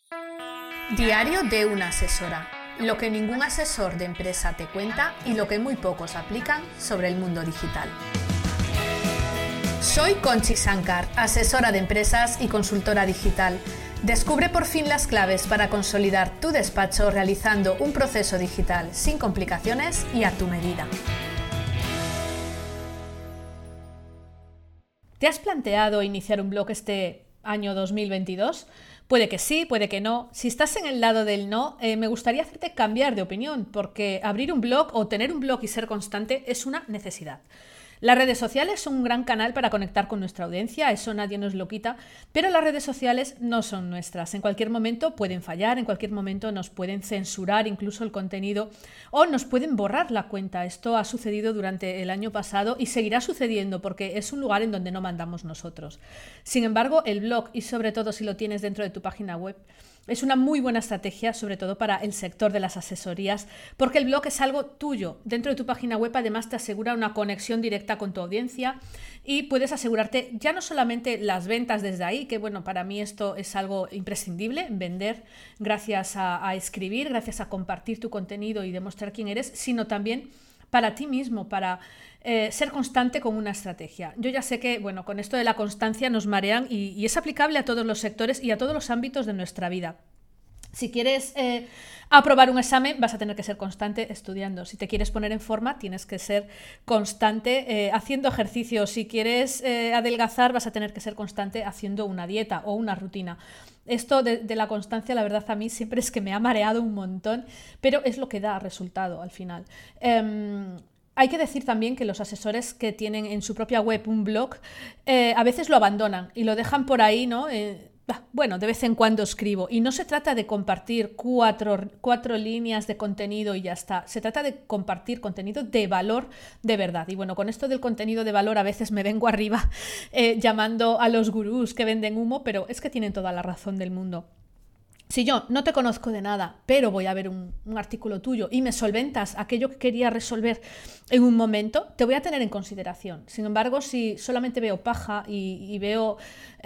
Diario de una asesora. Lo que ningún asesor de empresa te cuenta y lo que muy pocos aplican sobre el mundo digital. Soy Conchi Sankar, asesora de empresas y consultora digital. Descubre por fin las claves para consolidar tu despacho realizando un proceso digital sin complicaciones y a tu medida. ¿Te has planteado iniciar un blog este año 2022? Puede que sí, puede que no. Si estás en el lado del no, me gustaría hacerte cambiar de opinión, porque abrir un blog o tener un blog y ser constante es una necesidad. Las redes sociales son un gran canal para conectar con nuestra audiencia, eso nadie nos lo quita, pero las redes sociales no son nuestras. En cualquier momento pueden fallar, en cualquier momento nos pueden censurar incluso el contenido o nos pueden borrar la cuenta. Esto ha sucedido durante el año pasado y seguirá sucediendo porque es un lugar en donde no mandamos nosotros. Sin embargo, el blog, y sobre todo si lo tienes dentro de tu página web, es una muy buena estrategia, sobre todo para el sector de las asesorías, porque el blog es algo tuyo. Dentro de tu página web además te asegura una conexión directa con tu audiencia y puedes asegurarte ya no solamente las ventas desde ahí, que bueno, para mí esto es algo imprescindible, vender gracias a escribir, gracias a compartir tu contenido y demostrar quién eres, sino también para ti mismo, para ser constante con una estrategia. Yo ya sé que, bueno, con esto de la constancia nos marean y es aplicable a todos los sectores y a todos los ámbitos de nuestra vida. Si quieres aprobar un examen, vas a tener que ser constante estudiando. Si te quieres poner en forma, tienes que ser constante haciendo ejercicio. Si quieres adelgazar, vas a tener que ser constante haciendo una dieta o una rutina. Esto de la constancia, la verdad, a mí siempre es que me ha mareado un montón, pero es lo que da resultado al final. Hay que decir también que los asesores que tienen en su propia web un blog a veces lo abandonan y lo dejan por ahí, ¿no? Bueno, de vez en cuando escribo y no se trata de compartir cuatro líneas de contenido y ya está, se trata de compartir contenido de valor de verdad. Y bueno, con esto del contenido de valor a veces me vengo arriba llamando a los gurús que venden humo, pero es que tienen toda la razón del mundo. Si yo no te conozco de nada, pero voy a ver un artículo tuyo y me solventas aquello que quería resolver en un momento, te voy a tener en consideración. Sin embargo, si solamente veo paja y veo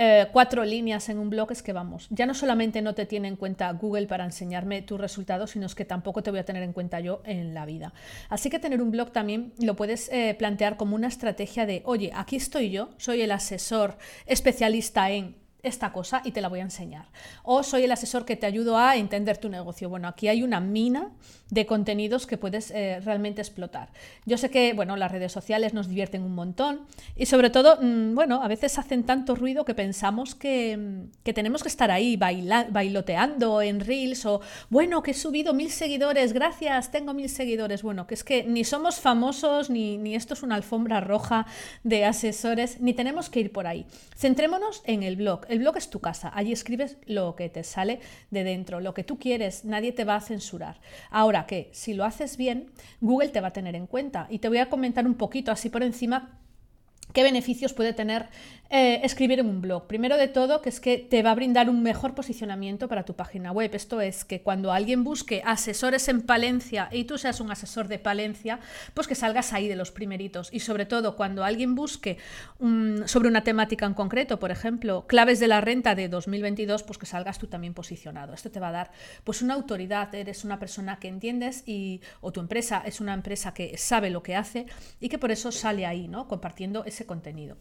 4 líneas en un blog, es que vamos, ya no solamente no te tiene en cuenta Google para enseñarme tus resultados, sino es que tampoco te voy a tener en cuenta yo en la vida. Así que tener un blog también lo puedes plantear como una estrategia de, oye, aquí estoy yo, soy el asesor especialista en esta cosa y te la voy a enseñar. O soy el asesor que te ayudo a entender tu negocio. Bueno, aquí hay una mina de contenidos que puedes realmente explotar. Yo sé que, bueno, las redes sociales nos divierten un montón y sobre todo, bueno, a veces hacen tanto ruido que pensamos que tenemos que estar ahí bailoteando en Reels o, bueno, que he subido 1000 seguidores, gracias, tengo 1000 seguidores. Bueno, que es que ni somos famosos, ni esto es una alfombra roja de asesores, ni tenemos que ir por ahí. Centrémonos en el blog. El blog es tu casa, allí escribes lo que te sale de dentro, lo que tú quieres, nadie te va a censurar. Ahora que si lo haces bien, Google te va a tener en cuenta y te voy a comentar un poquito así por encima qué beneficios puede tener escribir en un blog. Primero de todo, que es que te va a brindar un mejor posicionamiento para tu página web. Esto es que cuando alguien busque asesores en Palencia y tú seas un asesor de Palencia, pues que salgas ahí de los primeritos. Y sobre todo, cuando alguien busque sobre una temática en concreto, por ejemplo, claves de la renta de 2022, pues que salgas tú también posicionado. Esto te va a dar pues una autoridad, eres una persona que entiendes o tu empresa es una empresa que sabe lo que hace y que por eso sale ahí, ¿no? Compartiendo ese contenido.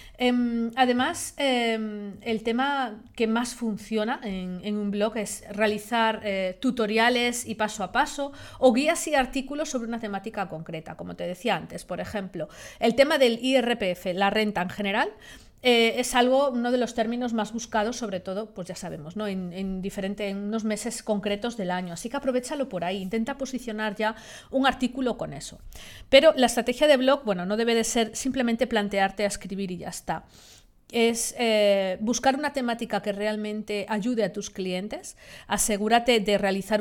Además, el tema que más funciona en un blog es realizar tutoriales y paso a paso o guías y artículos sobre una temática concreta. Como te decía antes, por ejemplo, el tema del IRPF, la renta en general, es uno de los términos más buscados, sobre todo, pues ya sabemos, ¿no? en unos meses concretos del año. Así que aprovéchalo por ahí, intenta posicionar ya un artículo con eso. Pero la estrategia de blog, bueno, no debe de ser simplemente plantearte a escribir y ya está. Es buscar una temática que realmente ayude a tus clientes. Asegúrate de realizar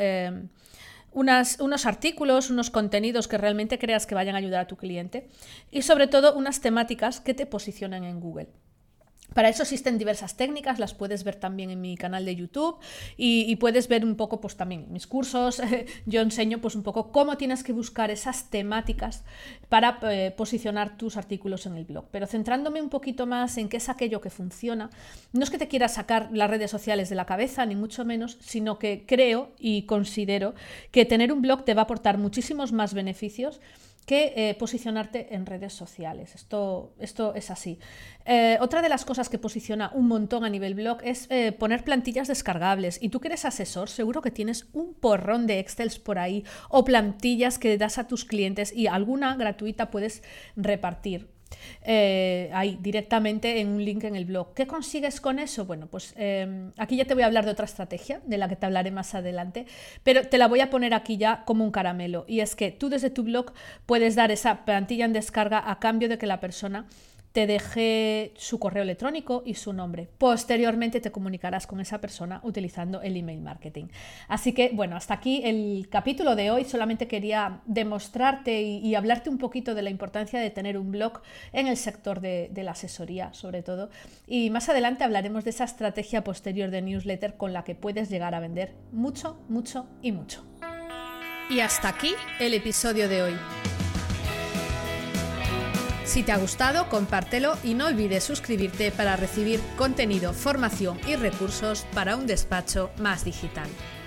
unos artículos, unos contenidos que realmente creas que vayan a ayudar a tu cliente y sobre todo unas temáticas que te posicionen en Google. Para eso existen diversas técnicas, las puedes ver también en mi canal de YouTube y puedes ver un poco pues también mis cursos. Yo enseño pues un poco cómo tienes que buscar esas temáticas para posicionar tus artículos en el blog. Pero centrándome un poquito más en qué es aquello que funciona, no es que te quiera sacar las redes sociales de la cabeza, ni mucho menos, sino que creo y considero que tener un blog te va a aportar muchísimos más beneficios que posicionarte en redes sociales. Esto es así. Otra de las cosas que posiciona un montón a nivel blog es poner plantillas descargables. Y tú que eres asesor, seguro que tienes un porrón de Excels por ahí o plantillas que das a tus clientes y alguna gratuita puedes repartir. Ahí directamente en un link en el blog. ¿Qué consigues con eso? Bueno, pues aquí ya te voy a hablar de otra estrategia de la que te hablaré más adelante, pero te la voy a poner aquí ya como un caramelo, y es que tú desde tu blog puedes dar esa plantilla en descarga a cambio de que la persona te deje su correo electrónico y su nombre. Posteriormente te comunicarás con esa persona utilizando el email marketing. Así que, bueno, hasta aquí el capítulo de hoy. Solamente quería demostrarte y hablarte un poquito de la importancia de tener un blog en el sector de la asesoría, sobre todo. Y más adelante hablaremos de esa estrategia posterior de newsletter con la que puedes llegar a vender mucho, mucho y mucho. Y hasta aquí el episodio de hoy. Si te ha gustado, compártelo y no olvides suscribirte para recibir contenido, formación y recursos para un despacho más digital.